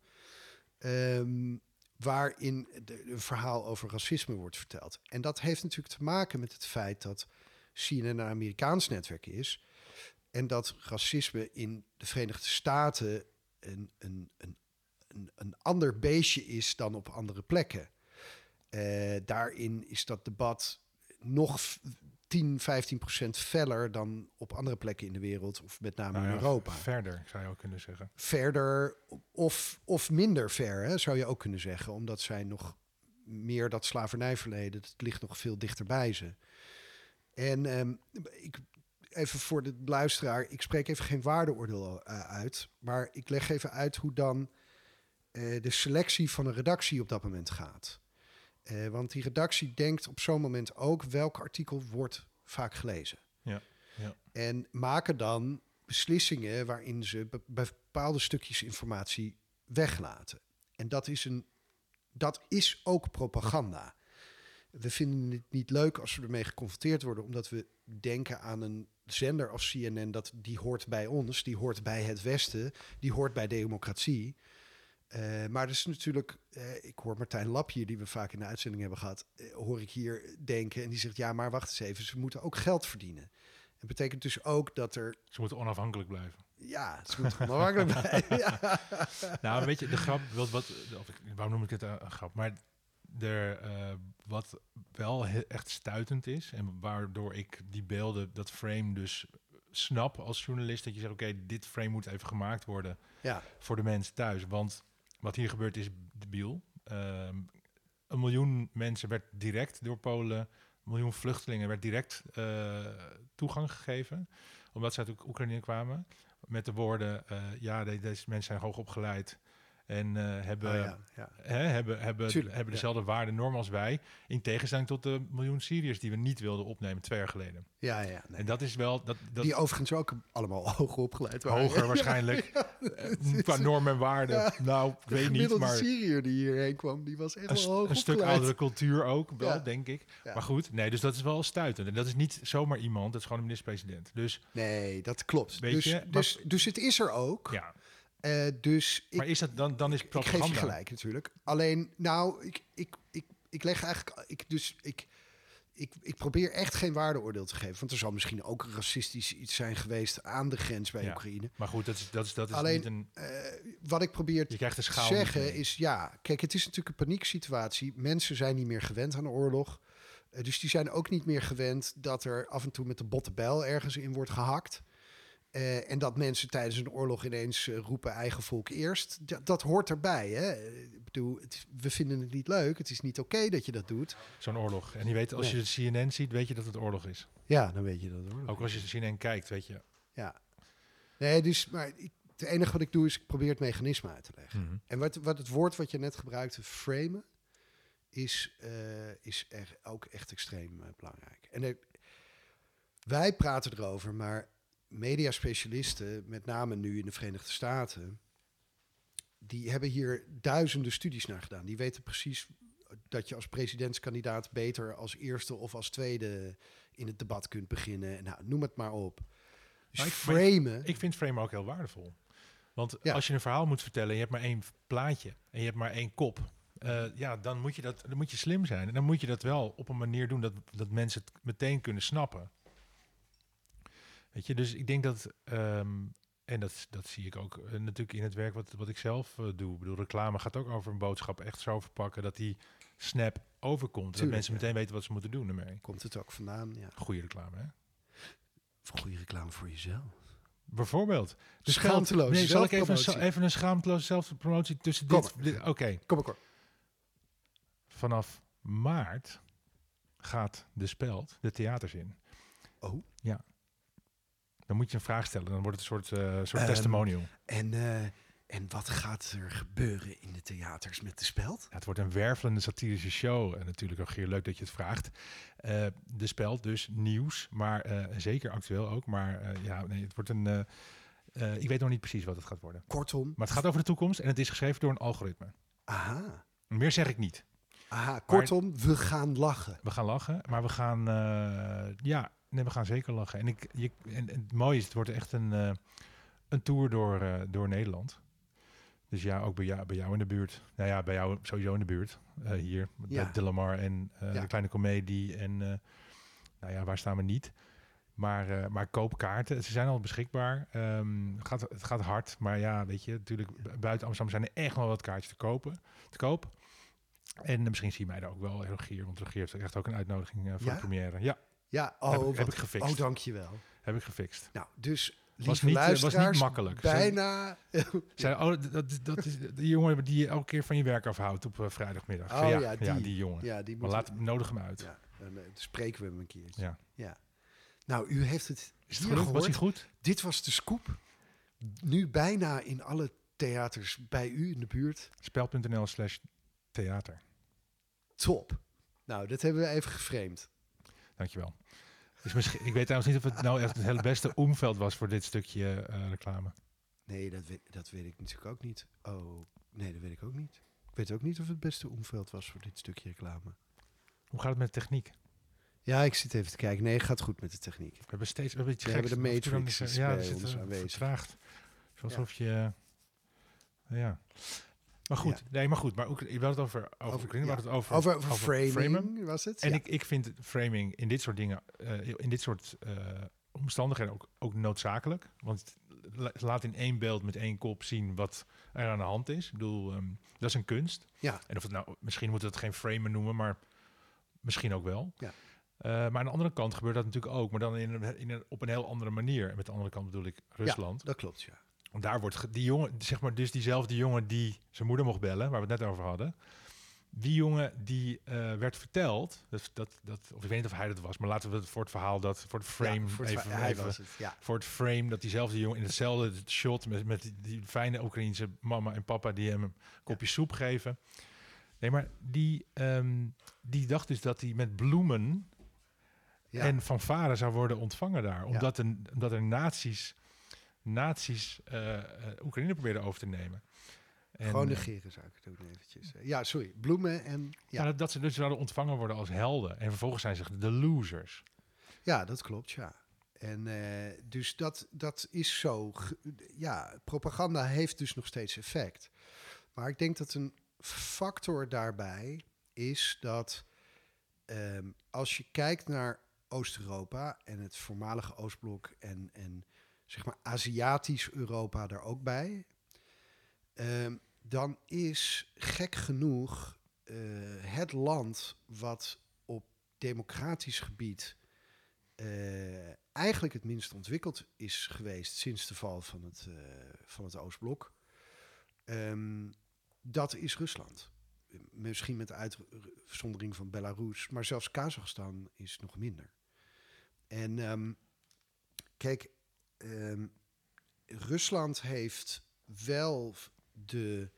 Um, waarin de, een verhaal over racisme wordt verteld. En dat heeft natuurlijk te maken met het feit dat C N N een Amerikaans netwerk is. En dat racisme in de Verenigde Staten een, een, een, een, een ander beestje is dan op andere plekken. Uh, daarin is dat debat nog tien, vijftien procent feller dan op andere plekken in de wereld, of met name nou ja, in Europa. Verder, zou je ook kunnen zeggen. Verder of, of minder ver, hè, zou je ook kunnen zeggen. Omdat zij nog meer dat slavernijverleden, het ligt nog veel dichterbij ze. En um, ik, even voor de luisteraar, ik spreek even geen waardeoordeel uit, maar ik leg even uit hoe dan uh, de selectie van een redactie op dat moment gaat. Uh, want die redactie denkt op zo'n moment ook welk artikel wordt vaak gelezen. Ja, ja. En maken dan beslissingen waarin ze be- bepaalde stukjes informatie weglaten. En dat is, een, dat is ook propaganda. We vinden het niet leuk als we ermee geconfronteerd worden, omdat we denken aan een zender als C N N, dat die hoort bij ons, die hoort bij het Westen, die hoort bij democratie. Uh, maar dus natuurlijk, uh, ik hoor Martijn Lapje, die we vaak in de uitzending hebben gehad, uh, hoor ik hier denken. En die zegt, ja, maar wacht eens even, ze moeten ook geld verdienen. Dat betekent dus ook dat er... Ze moeten onafhankelijk blijven. Ja, ze moeten onafhankelijk blijven. Ja. Nou, weet je, de grap, wat, wat, of, waarom noem ik het een, een grap? Maar er, uh, wat wel he- echt stuitend is, en waardoor ik die beelden, dat frame dus snap als journalist, dat je zegt, oké, okay, dit frame moet even gemaakt worden Ja. voor de mensen thuis. Want wat hier gebeurt is debiel. Uh, een miljoen mensen werd direct door Polen, een miljoen vluchtelingen werd direct uh, toegang gegeven, omdat ze uit Oekraïne kwamen. met de woorden... Uh, ja, de, deze mensen zijn hoog opgeleid... en uh, hebben, oh, ja, ja. Hè, hebben, hebben, Tuurlijk, hebben dezelfde ja. waarden norm als wij... in tegenstelling tot de miljoen Syriërs... die we niet wilden opnemen twee jaar geleden. Ja, ja. Nee. En dat is wel... Dat, dat die overigens ook allemaal hoger opgeleid waren. Hoger waarschijnlijk. ja, qua norm en waarden. Ja, nou, ik weet niet, maar... De Syriër die hierheen kwam, die was echt een, wel hoog opgeleid. Een stuk oudere cultuur ook, wel, ja. denk ik. Ja. Maar goed, nee, dus dat is wel stuitend. En dat is niet zomaar iemand, dat is gewoon een minister-president. Dus, nee, dat klopt. Weet dus, je, maar, dus, dus het is er ook. Ja. Uh, dus maar ik, is dat dan, dan is propaganda? Ik geef je gelijk natuurlijk. Alleen, nou, ik, ik, ik, ik leg eigenlijk... Ik, dus ik, ik, ik probeer echt geen waardeoordeel te geven. Want er zal misschien ook racistisch iets zijn geweest aan de grens bij ja, Oekraïne. Maar goed, dat is, dat is, dat is Alleen, niet een... Uh, wat ik probeer je krijgt de te zeggen is... Ja, kijk, het is natuurlijk een panieksituatie. Mensen zijn niet meer gewend aan de oorlog. Uh, dus die zijn ook niet meer gewend dat er af en toe met de botte bijl ergens in wordt gehakt. Uh, en dat mensen tijdens een oorlog ineens uh, roepen eigen volk eerst. Dat, dat hoort erbij. Hè? Ik bedoel, het, we vinden het niet leuk. Het is niet oké okay dat je dat doet. Zo'n oorlog. En je weet, als nee. je de C N N ziet, weet je dat het oorlog is. Ja, dan weet je dat het oorlog Ook als je de C N N kijkt, weet je. Ja. Nee, dus, maar ik, het enige wat ik doe is, ik probeer het mechanisme uit te leggen. Mm-hmm. En wat, wat het woord wat je net gebruikte, framen, is, uh, is er ook echt extreem uh, belangrijk. En er, wij praten erover, maar... mediaspecialisten, met name nu in de Verenigde Staten, die hebben hier duizenden studies naar gedaan. Die weten precies dat je als presidentskandidaat beter als eerste of als tweede in het debat kunt beginnen. Nou, noem het maar op. Dus maar ik, framen... Ik, ik vind framen ook heel waardevol. Want ja. als je een verhaal moet vertellen en je hebt maar één plaatje en je hebt maar één kop, uh, ja, dan moet je dat, dan moet je slim zijn. En dan moet je dat wel op een manier doen dat, dat mensen het meteen kunnen snappen. Weet je, dus ik denk dat, um, en dat, dat zie ik ook uh, natuurlijk in het werk wat, wat ik zelf uh, doe. Ik bedoel, reclame gaat ook over een boodschap echt zo verpakken dat die snap overkomt. Tuurlijk, dat mensen ja. meteen weten wat ze moeten doen ermee. Komt het ook vandaan, ja. Goede reclame, hè? Goede reclame voor jezelf. Bijvoorbeeld. Dus schaamteloos. Nee, zal ik even een, even een schaamteloze zelfpromotie tussen Kom dit... dit Oké. Okay. Kom maar kort. Vanaf maart gaat De Speld de theaters in. Oh? Ja. Dan moet je een vraag stellen. Dan wordt het een soort, uh, soort um, testimonial. En, uh, en wat gaat er gebeuren in de theaters met De Speld? Ja, het wordt een wervelende satirische show. En natuurlijk ook heel leuk dat je het vraagt. Uh, De Speld dus nieuws, maar uh, zeker actueel ook. Maar uh, ja, nee, het wordt een... Uh, uh, ik weet nog niet precies wat het gaat worden. Kortom. Maar het gaat over de toekomst en het is geschreven door een algoritme. Aha. Meer zeg ik niet. Aha, kortom, maar, we gaan lachen. We gaan lachen, maar we gaan... Uh, ja... Nee, we gaan zeker lachen. En, ik, je, en, en het mooie is, het wordt echt een, uh, een tour door, uh, door Nederland. Dus ja, ook bij jou, bij jou in de buurt. Nou ja, bij jou sowieso in de buurt. Uh, hier, ja. De Lamar en uh, ja. de Kleine Comedie. En uh, nou ja, waar staan we niet? Maar, uh, maar koop kaarten. Ze zijn al beschikbaar. Um, het, gaat, het gaat hard. Maar ja, weet je, natuurlijk buiten Amsterdam zijn er echt wel wat kaartjes te kopen. Te koop. En uh, misschien zie je mij daar ook wel, Rogier. Want Rogier heeft echt ook een uitnodiging uh, voor ja? de première. Ja. Ja, oh, heb, ik, wat, heb ik gefixt. Oh, dankjewel. Heb ik gefixt. Nou, dus lieve was niet, luisteraars, was niet makkelijk. Bijna. Zei, oh, dat, dat is die jongen die je elke keer van je werk afhoudt op uh, vrijdagmiddag. Oh, Zei, ja, ja, die, ja, die jongen. Ja, die maar laat, nodig hem uit. Ja, dan uh, spreken we hem een keertje. Ja. Ja. Nou, u heeft het Is het gelukt? Was hij goed? Dit was de scoop. Nu bijna in alle theaters bij u in de buurt. Spel.nl slash theater. Top. Nou, dat hebben we even geframed. Dankjewel. Dus misschien, ik weet trouwens niet of het nou echt het hele beste omveld was voor dit stukje uh, reclame. Nee, dat weet, dat weet ik natuurlijk ook niet. Oh, nee, dat weet ik ook niet. Ik weet ook niet of het het beste omveld was voor dit stukje reclame. Hoe gaat het met de techniek? Ja, ik zit even te kijken. Nee, het gaat goed met de techniek. We hebben steeds we hebben iets we geks. hebben de Matrix is, ja, bij ons aanwezig. Vertraagd. Alsof ja. je... Uh, ja... Maar goed, ja. nee, maar goed. Maar ook, je had het over over, over, ja. het over, over, over, over framing, framen. was het. En ja. ik, ik vind framing in dit soort dingen, uh, in dit soort uh, omstandigheden ook, ook noodzakelijk. Want het laat in één beeld met één kop zien wat er aan de hand is. Ik bedoel, um, dat is een kunst. Ja. En of het nou, misschien moeten we het geen framen noemen, maar misschien ook wel. Ja. Uh, maar aan de andere kant gebeurt dat natuurlijk ook, maar dan in een, in een, op een heel andere manier. En met de andere kant bedoel ik Rusland. Ja, dat klopt, ja. Want daar wordt die jongen, zeg maar, dus diezelfde jongen die zijn moeder mocht bellen, waar we het net over hadden, die jongen die uh, werd verteld, dat, dat, dat, of ik weet niet of hij dat was, maar laten we het voor het verhaal, dat voor het frame, ja, voor het even, hij even was het, ja. voor het frame, dat diezelfde jongen in hetzelfde shot met, met die, die fijne Oekraïense mama en papa die hem een kopje ja. soep geven. Nee, maar die, um, die dacht dus dat hij met bloemen ja. en fanfare zou worden ontvangen daar, omdat, ja. een, omdat er nazi's, nazi's uh, uh, Oekraïne probeerden over te nemen. En, Gewoon negeren zou ik het ook eventjes. Ja, sorry. Bloemen en... Ja. Nou, dat ze dus zouden ontvangen worden als helden. En vervolgens zijn ze de losers. Ja, dat klopt, ja. En uh, dus dat, dat is zo... Ja, propaganda heeft dus nog steeds effect. Maar ik denk dat een factor daarbij is dat... Um, als je kijkt naar Oost-Europa en het voormalige Oostblok... en, en zeg maar Aziatisch Europa er ook bij... Um, dan is gek genoeg uh, het land wat op democratisch gebied uh, eigenlijk het minst ontwikkeld is geweest sinds de val van het, uh, van het Oostblok. Um, dat is Rusland. Misschien met uitzondering van Belarus, maar zelfs Kazachstan is nog minder. En um, kijk, um, Rusland heeft wel... De,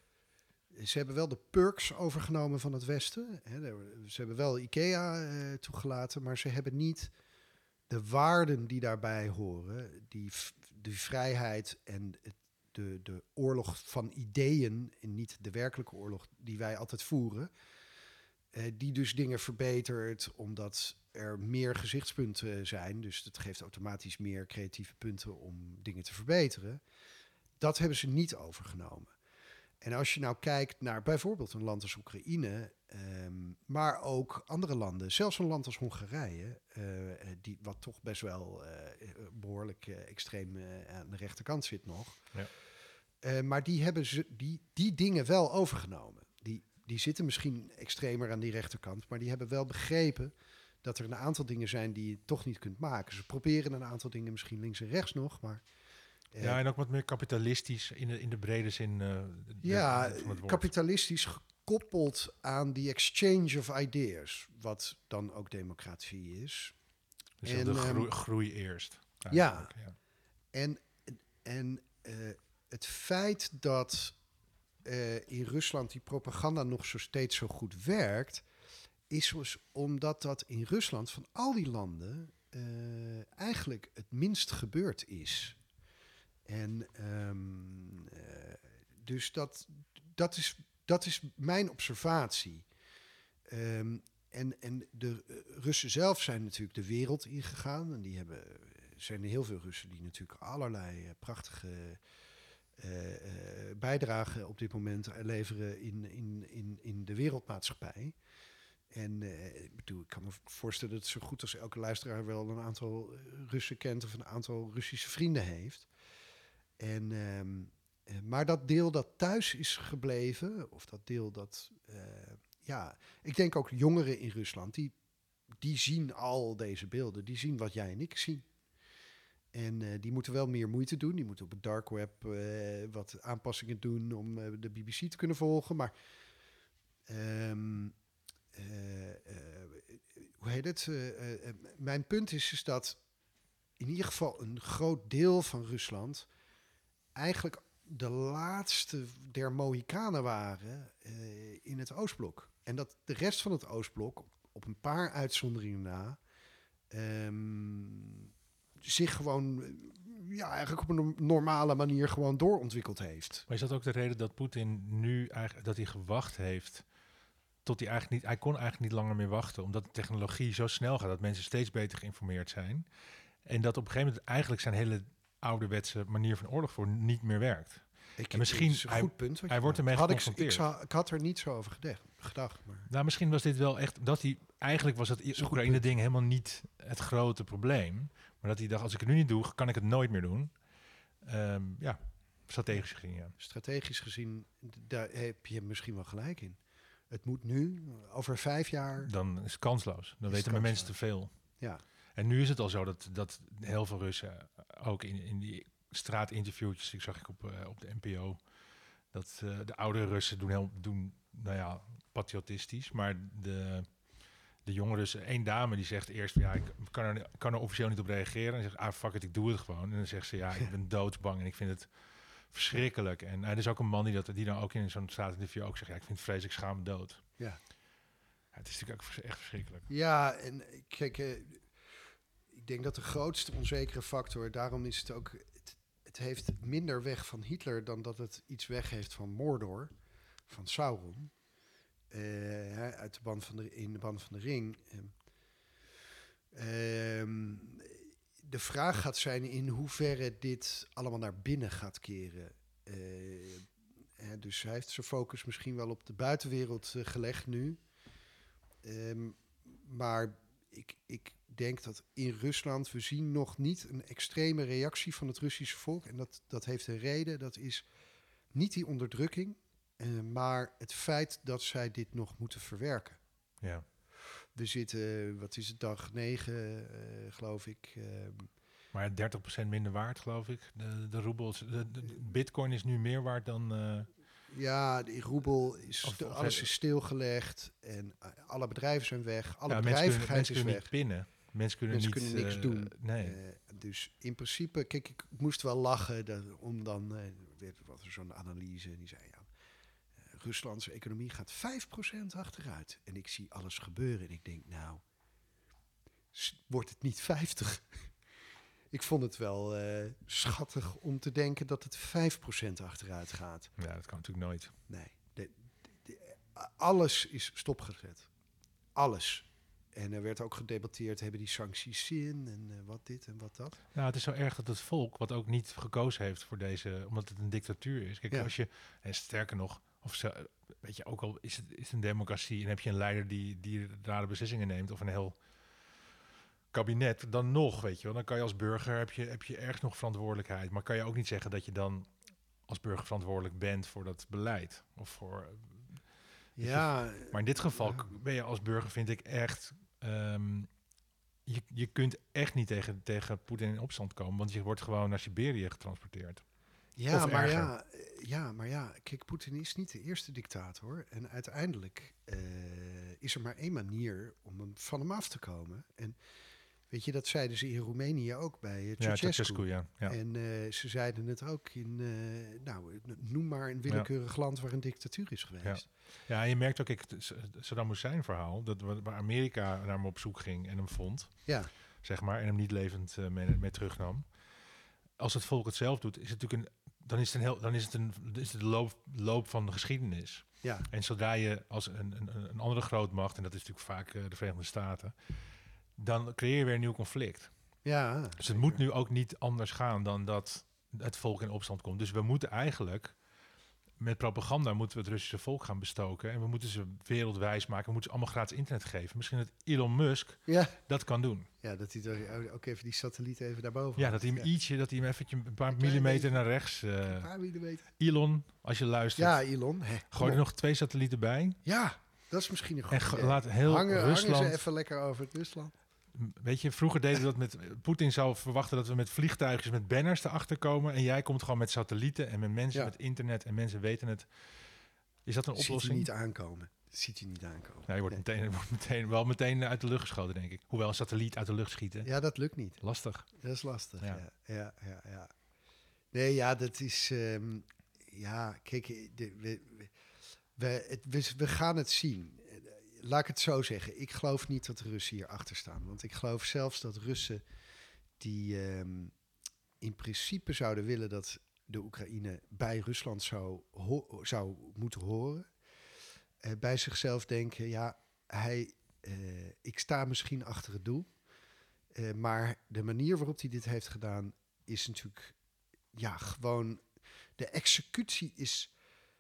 ze hebben wel de perks overgenomen van het Westen. Hè. Ze hebben wel IKEA uh, toegelaten, maar ze hebben niet de waarden die daarbij horen. Die, de vrijheid en het, de, de oorlog van ideeën en niet de werkelijke oorlog die wij altijd voeren. Uh, die dus dingen verbetert omdat er meer gezichtspunten zijn. Dus dat geeft automatisch meer creatieve punten om dingen te verbeteren. Dat hebben ze niet overgenomen. En als je nou kijkt naar bijvoorbeeld een land als Oekraïne, um, maar ook andere landen, zelfs een land als Hongarije, uh, die wat toch best wel uh, behoorlijk uh, extreem uh, aan de rechterkant zit nog. Ja. Uh, maar die hebben ze, die, die dingen wel overgenomen. Die, die zitten misschien extremer aan die rechterkant, maar die hebben wel begrepen dat er een aantal dingen zijn die je toch niet kunt maken. Ze proberen een aantal dingen misschien links en rechts nog, maar... Ja, en ook wat meer kapitalistisch in de, in de brede zin. Uh, de, ja, van het woord. Kapitalistisch gekoppeld aan die exchange of ideas, wat dan ook democratie is. Dus en, de groei, groei eerst. Ja, ja, en, en uh, het feit dat uh, in Rusland die propaganda nog zo steeds zo goed werkt, is dus omdat dat in Rusland van al die landen uh, eigenlijk het minst gebeurd is. En um, uh, dus dat, dat, is, dat is mijn observatie. Um, en, en de uh, Russen zelf zijn natuurlijk de wereld ingegaan. En die hebben, zijn er heel veel Russen die natuurlijk allerlei uh, prachtige uh, uh, bijdragen op dit moment leveren in, in, in, in de wereldmaatschappij. En uh, ik bedoel, ik kan me voorstellen dat het zo goed als elke luisteraar wel een aantal Russen kent of een aantal Russische vrienden heeft. En, um, uh, maar dat deel dat thuis is gebleven, of dat deel dat... Uh, ja, ik denk ook jongeren in Rusland, die, die zien al deze beelden. Die zien wat jij en ik zien. En uh, die moeten wel meer moeite doen. Die moeten op het dark web uh, wat aanpassingen doen om uh, de B B C te kunnen volgen. Maar um, uh, uh, hoe heet het? Uh, uh, uh, mijn punt is, is dat in ieder geval een groot deel van Rusland eigenlijk de laatste der Mohikanen waren uh, in het Oostblok. En dat de rest van het Oostblok, op een paar uitzonderingen na, um, zich gewoon ja, eigenlijk op een normale manier gewoon doorontwikkeld heeft. Maar is dat ook de reden dat Poetin nu eigenlijk dat hij gewacht heeft tot hij eigenlijk niet, hij kon eigenlijk niet langer meer wachten, omdat de technologie zo snel gaat dat mensen steeds beter geïnformeerd zijn en dat op een gegeven moment eigenlijk zijn hele ouderwetse manier van oorlog voor niet meer werkt. Ik, en misschien is een hij, goed punt. Hij wordt ermee had geconfronteerd. Ik, ik, zou, ik had er niet zo over gedacht. gedacht maar. Nou, misschien was dit wel echt dat hij eigenlijk was het Oekraïne-ding helemaal niet het grote probleem, maar dat hij dacht: als ik het nu niet doe, kan ik het nooit meer doen. Um, ja, strategisch gezien. Ja. Strategisch gezien, daar heb je misschien wel gelijk in. Het moet nu, over vijf jaar. Dan is het kansloos. Dan weten mijn mensen te veel. Ja. En nu is het al zo dat, dat heel veel Russen ook in, in die straatinterviewtjes, ik zag ik op, uh, op de N P O, Dat uh, de oude Russen doen, heel, doen nou ja, patriotistisch. Maar de, de jonge Russen, één dame die zegt eerst... ja, ik kan er, kan er officieel niet op reageren. En zegt, ah, fuck it, ik doe het gewoon. En dan zegt ze, ja, ik ben doodsbang en ik vind het verschrikkelijk. En uh, er is ook een man die, dat, die dan ook in zo'n straatinterview ook zegt... ja, ik vind het vreselijk, schaam me dood. Ja. Ja, het is natuurlijk ook echt verschrikkelijk. Ja, en kijk... Uh, ik denk dat de grootste onzekere factor... daarom is het ook... Het, het heeft minder weg van Hitler... dan dat het iets weg heeft van Mordor... van Sauron... Uh, uit de band van de, in de band van de ring. Uh, uh, de vraag gaat zijn in hoeverre dit allemaal naar binnen gaat keren. Uh, uh, dus hij heeft zijn focus misschien wel op de buitenwereld uh, gelegd nu. Um, maar ik, ik denk dat in Rusland... we zien nog niet een extreme reactie van het Russische volk. En dat, dat heeft een reden. Dat is niet die onderdrukking... Uh, maar het feit dat zij dit nog moeten verwerken. Ja. We zitten, wat is het, dag negen, uh, geloof ik. Uh, maar dertig procent minder waard, geloof ik. De, de roebels, de, de bitcoin is nu meer waard dan... Uh... Ja, de roebel is, of, of alles is stilgelegd en uh, alle bedrijven zijn weg. Alle ja, bedrijvigheid mensen kunnen, is mensen weg. Mensen kunnen niet pinnen. Mensen kunnen, mensen niet, kunnen niks uh, doen. Nee. Uh, dus in principe, kijk, ik moest wel lachen dat, om dan, uh, weer wat er zo'n analyse, die zei ja, Ruslandse economie gaat vijf procent achteruit. En ik zie alles gebeuren en ik denk, nou, wordt het niet vijftig? Ik vond het wel uh, schattig om te denken dat het vijf procent achteruit gaat. Ja, dat kan natuurlijk nooit. Nee, de, de, de, alles is stopgezet. Alles. En er werd ook gedebatteerd, hebben die sancties zin en uh, wat dit en wat dat? Nou, het is zo erg dat het volk, wat ook niet gekozen heeft voor deze, omdat het een dictatuur is. Kijk, ja. als je, en sterker nog, of ze, weet je, ook al is het, is het een democratie en heb je een leider die, die rare beslissingen neemt of een heel kabinet, dan nog, weet je wel, dan kan je als burger, heb je, heb je ergens nog verantwoordelijkheid. Maar kan je ook niet zeggen dat je dan als burger verantwoordelijk bent voor dat beleid of voor... Ja. Je, maar in dit geval ja. ben je als burger, vind ik echt... Um, je, je kunt echt niet tegen, tegen Poetin in opstand komen, want je wordt gewoon naar Siberië getransporteerd. Ja, maar ja, ja, maar ja, kijk, Poetin is niet de eerste dictator. En uiteindelijk uh, is er maar één manier om hem, van hem af te komen. En weet je, dat zeiden ze in Roemenië ook bij uh, Ceausescu. Ja, Ceausescu, ja. ja. En uh, ze zeiden het ook in, uh, nou, noem maar een willekeurig ja. land waar een dictatuur is geweest. Ja, ja en je merkt ook, ik, Saddam Hussein verhaal, dat waar Amerika naar hem op zoek ging en hem vond, ja. zeg maar, en hem niet levend uh, mee, mee terugnam. Als het volk het zelf doet, is het natuurlijk een, dan is het een heel, dan is het een, is het de loop, loop van de geschiedenis. Ja. En zodra je als een, een, een andere grootmacht, en dat is natuurlijk vaak uh, de Verenigde Staten, dan creëer je weer een nieuw conflict. Ja, dus het zeker. Moet nu ook niet anders gaan dan dat het volk in opstand komt. Dus we moeten eigenlijk met propaganda moeten we het Russische volk gaan bestoken. En we moeten ze wereldwijs maken. We moeten ze allemaal gratis internet geven. Misschien dat Elon Musk ja. dat kan doen. Ja, dat hij ook even die satelliet even daarboven Ja, had. dat hij hem ja. ietsje, dat hij hem eventjes een paar millimeter naar rechts... Uh, een paar millimeter. Elon, als je luistert. Ja, Elon. Hè, gooi er nog twee satellieten bij. Ja, dat is misschien een goed idee. En laat heel hangen, Rusland... hangen ze even lekker over het Rusland. Weet je, vroeger deden we dat met... Poetin zou verwachten dat we met vliegtuigjes met banners erachter komen. En jij komt gewoon met satellieten en met mensen ja. met internet. En mensen weten het. Is dat een Ziet oplossing? Ziet hij niet aankomen. Dat ziet hij niet aankomen. Ja, je wordt, nee. meteen, wordt meteen, wel meteen uit de lucht geschoten, denk ik. Hoewel een satelliet uit de lucht schieten. Ja, dat lukt niet. Lastig. Dat is lastig, ja. Ja, ja, ja. ja. Nee, ja, dat is... Um, ja, kijk, de, we, we, het, we, we gaan het zien. Laat ik het zo zeggen. Ik geloof niet dat de Russen hier achter staan. Want ik geloof zelfs dat Russen die um, in principe zouden willen dat de Oekraïne bij Rusland zou, ho- zou moeten horen. Uh, bij zichzelf denken, ja, hij, uh, ik sta misschien achter het doel. Uh, maar de manier waarop hij dit heeft gedaan is natuurlijk, ja, gewoon... De executie is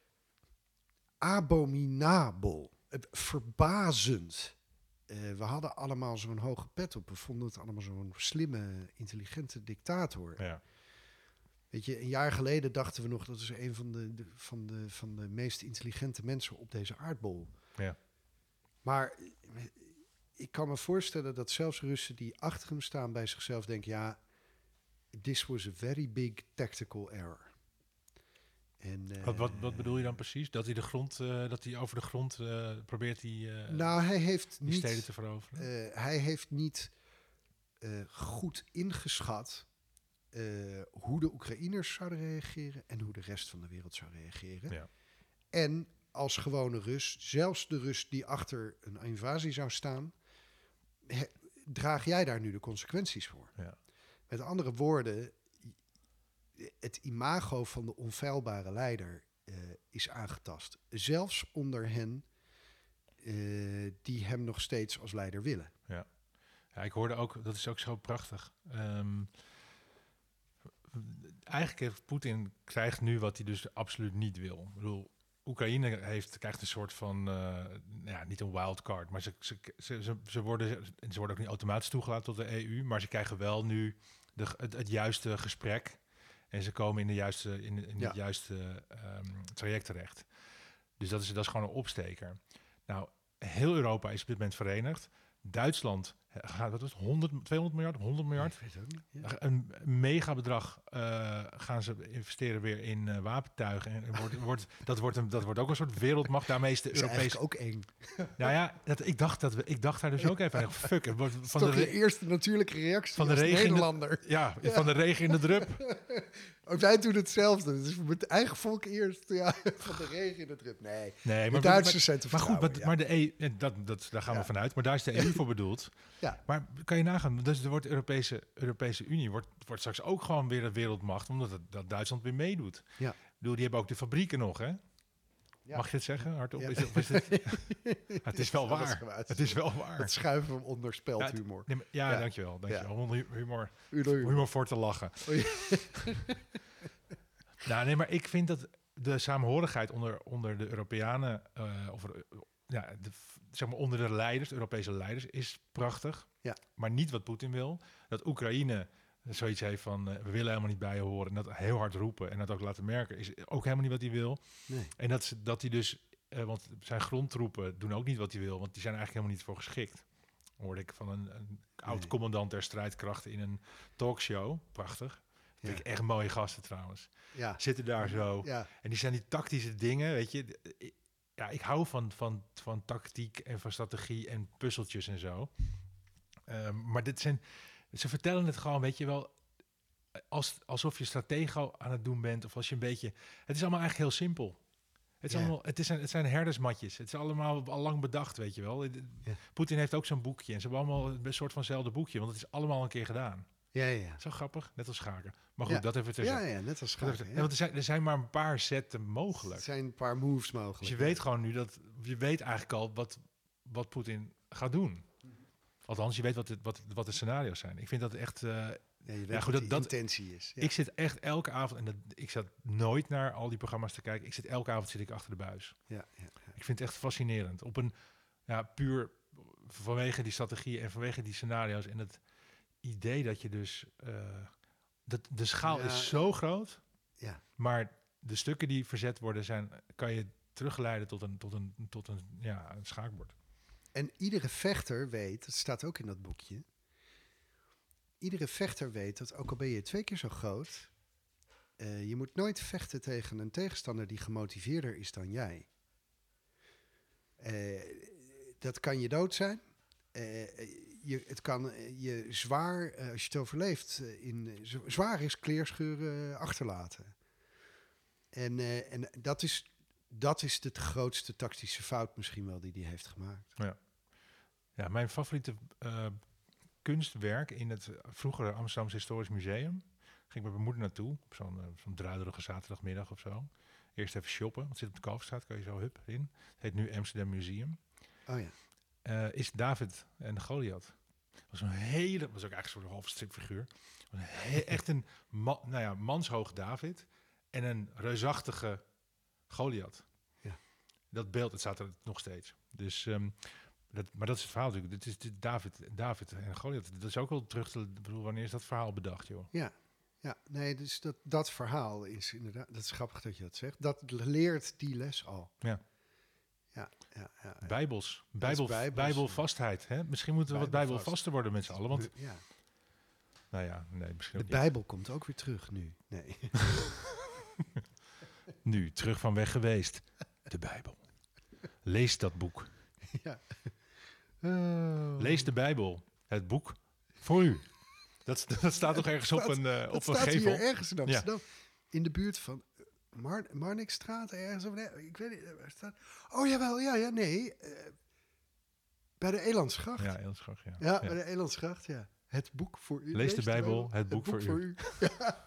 abominabel. Verbazend. Uh, we hadden allemaal zo'n hoge pet op. We vonden het allemaal zo'n slimme, intelligente dictator. Ja. Weet je, een jaar geleden dachten we nog... dat is een van de, de, van de, van de meest intelligente mensen op deze aardbol. Ja. Maar ik kan me voorstellen dat zelfs Russen die achter hem staan... bij zichzelf denken... ja, this was a very big tactical error. En, uh, Wat, wat, wat bedoel je dan precies? Dat hij de grond, uh, dat hij over de grond uh, probeert die, uh, nou, hij heeft die niet, steden te veroveren? Uh, hij heeft niet uh, goed ingeschat uh, hoe de Oekraïners zouden reageren en hoe de rest van de wereld zou reageren. Ja. En als gewone Rus, zelfs de Rus die achter een invasie zou staan, he, draag jij daar nu de consequenties voor? Ja. Met andere woorden, het imago van de onfeilbare leider uh, is aangetast. Zelfs onder hen uh, die hem nog steeds als leider willen. Ja. Ja, ik hoorde ook, dat is ook zo prachtig. Um, eigenlijk heeft Poetin krijgt nu wat hij dus absoluut niet wil. Ik bedoel, Oekraïne heeft, krijgt een soort van, uh, ja, niet een wildcard, maar ze, ze, ze, ze, worden, ze worden ook niet automatisch toegelaten tot de E U, maar ze krijgen wel nu de, het, het juiste gesprek en ze komen in, de juiste, in, in ja. het juiste um, traject terecht. Dus dat is, dat is gewoon een opsteker. Nou, heel Europa is op dit moment verenigd. Duitsland gaat, wat was het, honderd, tweehonderd miljard, honderd miljard? Ik weet ook niet, ja. Een mega bedrag uh, gaan ze investeren weer in uh, wapentuigen. En wordt, wordt, dat, wordt een, dat wordt ook een soort wereldmacht. Daarmee is de dat is Europese... ook eng. Nou ja, dat, ik, dacht dat we, ik dacht daar dus ook even aan. Fuck, het wordt van de, de eerste natuurlijke reactie van de als regen Nederlander. De, ja, ja, van de regen in de drup. Ook wij doen hetzelfde. Dus met het eigen volk eerst. Ja, van de regen in de drup. Nee, nee de maar, Duitsers maar, zijn te Maar goed, maar, ja. maar de E U, dat, dat, daar gaan ja. we vanuit. Maar daar is de E U voor bedoeld. Ja. Maar kan je nagaan, dus er wordt de Europese, Europese Unie wordt, wordt straks ook gewoon weer een wereldmacht, omdat het, dat Duitsland weer meedoet. Ja. Ik bedoel, die hebben ook de fabrieken nog, hè? Ja. Mag je het zeggen, hardop? Ja. Is het, is het, het is wel waar. Het is wel waar. Het schuiven we onder speldhumor. Ja, ja, ja, dankjewel. dankjewel. Ja. Humor, humor, humor. humor voor te lachen. Oh, ja. Nou, nee, maar ik vind dat de samenhorigheid onder, onder de Europeanen, uh, of ja, de, zeg maar onder de leiders, de Europese leiders, is prachtig. Ja. Maar niet wat Poetin wil. Dat Oekraïne zoiets heeft van, uh, we willen helemaal niet bij je horen. En dat heel hard roepen en dat ook laten merken, is ook helemaal niet wat hij wil. Nee. En dat, dat hij dus, uh, want zijn grondtroepen doen ook niet wat hij wil, want die zijn eigenlijk helemaal niet voor geschikt. Hoorde ik van een, een oud-commandant der strijdkrachten in een talkshow. Prachtig. Dat vind ik echt mooie gasten trouwens. Ja. Zitten daar zo. Ja. En die zijn die tactische dingen, weet je. Ja, ik hou van, van, van tactiek en van strategie en puzzeltjes en zo. Um, maar dit zijn, ze vertellen het gewoon, weet je wel, als, alsof je stratego aan het doen bent. Of als je een beetje... Het is allemaal eigenlijk heel simpel. Het, is ja. allemaal, het, is een, het zijn herdersmatjes. Het is allemaal al lang bedacht, weet je wel. Ja. Poetin heeft ook zo'n boekje. En ze hebben allemaal een soort vanzelfde boekje. Want het is allemaal een keer gedaan. Ja, ja. Zo grappig, net als schaken. Maar goed, ja. dat even tussen. Ja, ja, net als schaken. Ja. Ja, want er zijn, er zijn maar een paar zetten mogelijk. Er zijn een paar moves mogelijk. Dus je weet gewoon nu dat... Je weet eigenlijk al wat, wat Poetin gaat doen. Althans, je weet wat, het, wat, wat de scenario's zijn. Ik vind dat echt... Uh, ja, je weet ja, goed, wat dat, de dat, intentie is. Ja. Ik zit echt elke avond... En dat, ik zat nooit naar al die programma's te kijken. Ik zit elke avond zit ik achter de buis. Ja, ja, ja. Ik vind het echt fascinerend. Op een... Ja, puur vanwege die strategie en vanwege die scenario's en het idee dat je dus... Uh, dat, de schaal ja, is zo groot. Ja. Maar de stukken die verzet worden zijn... kan je terugleiden tot een, tot een, tot een, ja, een schaakbord. En iedere vechter weet, dat staat ook in dat boekje... Iedere vechter weet dat ook al ben je twee keer zo groot... Uh, je moet nooit vechten tegen een tegenstander die gemotiveerder is dan jij. Uh, dat kan je dood zijn. Uh, je, het kan je zwaar, uh, als je het overleeft, uh, in z- zware kleerscheuren achterlaten. En, uh, en dat is... Dat is de grootste tactische fout misschien wel die hij heeft gemaakt. Ja, ja mijn favoriete uh, kunstwerk in het vroegere Amsterdamse Historisch Museum... ging ik met mijn moeder naartoe, op zo'n, uh, zo'n druiderige zaterdagmiddag of zo. Eerst even shoppen, want het zit op de Kalverstraat, kan je zo hup in. Het heet nu Amsterdam Museum. Oh ja. Uh, is David en Goliath. Dat was een hele, was ook eigenlijk een soort halve stripfiguur. Een he, echt een man, nou ja, manshoog David en een reusachtige... Goliath. Ja. Dat beeld, het staat er nog steeds. Dus, um, dat, maar dat is het verhaal natuurlijk. Dit is dit David, David en Goliath. Dat is ook wel terug te... bedoel, wanneer is dat verhaal bedacht, joh? Ja, ja, nee, dus dat, dat verhaal is inderdaad... Dat is grappig dat je dat zegt. Dat leert die les al. Ja. Ja, ja, ja, ja. Bijbels. Bijbel, bijbels. Bijbelvastheid. Hè? Misschien moeten we Bijbelvast. wat bijbelvaster worden met z'n allen. Want, ja. Nou ja, nee, misschien De ook Bijbel niet. Komt ook weer terug nu. Nee. Nu, terug van weg geweest. De Bijbel. Lees dat boek. Ja. Oh. Lees de Bijbel. Het boek voor u. Dat, dat staat toch ergens op een, uh, dat op een staat gevel? hier ergens in Amsterdam. Ja. In de buurt van Mar Marnixstraat ergens. Of, nee, ik weet niet. Waar staat... Oh jawel, ja, ja, nee. Uh, bij de Elandsgracht. Ja, Elandsgracht, ja. Ja, ja. bij de Elandsgracht, ja. Het boek voor u. Lees, Lees de, de Bijbel, Bijbel, het boek, het boek voor, voor u. u. Ja.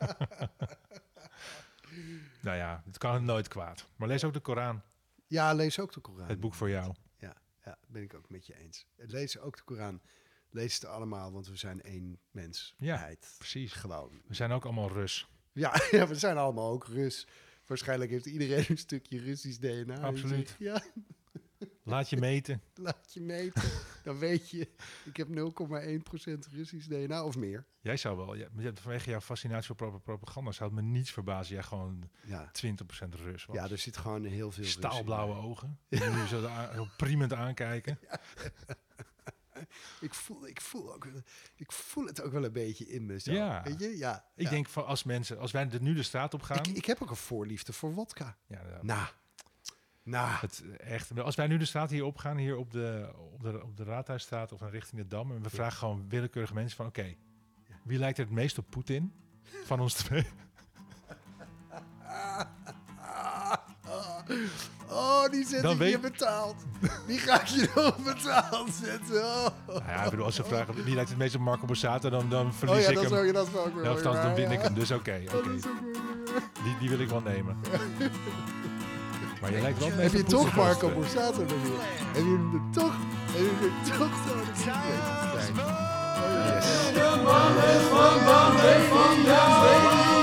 Nou ja, het kan nooit kwaad. Maar lees ook de Koran. Ja, lees ook de Koran. Het boek voor jou. Ja, ja, ben ik ook met je eens. Lees ook de Koran. Lees het allemaal, want we zijn één mensheid. Ja, precies. Gewoon. We zijn ook allemaal Rus. Ja, ja, we zijn allemaal ook Rus. Waarschijnlijk heeft iedereen een stukje Russisch D N A. Absoluut. Ja. Laat je meten. Laat je meten. Dan weet je, ik heb nul komma één procent Russisch D N A of meer. Jij zou wel, ja, vanwege jouw fascinatie voor propaganda, zou het me niets verbazen. Jij gewoon ja. twintig procent Rus was. Ja, er zit gewoon heel veel staalblauwe ogen. Die nu zo heel priemend aankijken. Ja. Ik voel, ik, voel ook, ik voel het ook wel een beetje in me. Zo. Ja. Weet je? Ja. Ik ja. denk van als mensen, als wij er nu de straat op gaan. Ik, ik heb ook een voorliefde voor wodka. Ja, nou. Nou. Nou. Het, echt, als wij nu de straat hier op gaan, hier op de, op de, op de Raadhuisstraat of richting de Dam. En we vragen gewoon willekeurige mensen van oké, okay, ja. wie lijkt er het meest op Poetin van ons twee? Oh, die zet ik weet... je betaald. Die ga ik je nog betaald zetten. Oh. Nou ja, ik bedoel, als ze vragen wie lijkt het meest op Marco Borsato, dan, dan verlies oh ja, ik dat hem. Zou je, dat zou ik wel. Ja, of dan, dan win ja. ik hem, dus oké. Okay, okay. die, die wil ik wel nemen. Maar je lijkt wel Heb je toch Marco Borsato nog weer? Heb je hem er toch? Heb je hem er toch zo? Yes. De mannen van Mandé, van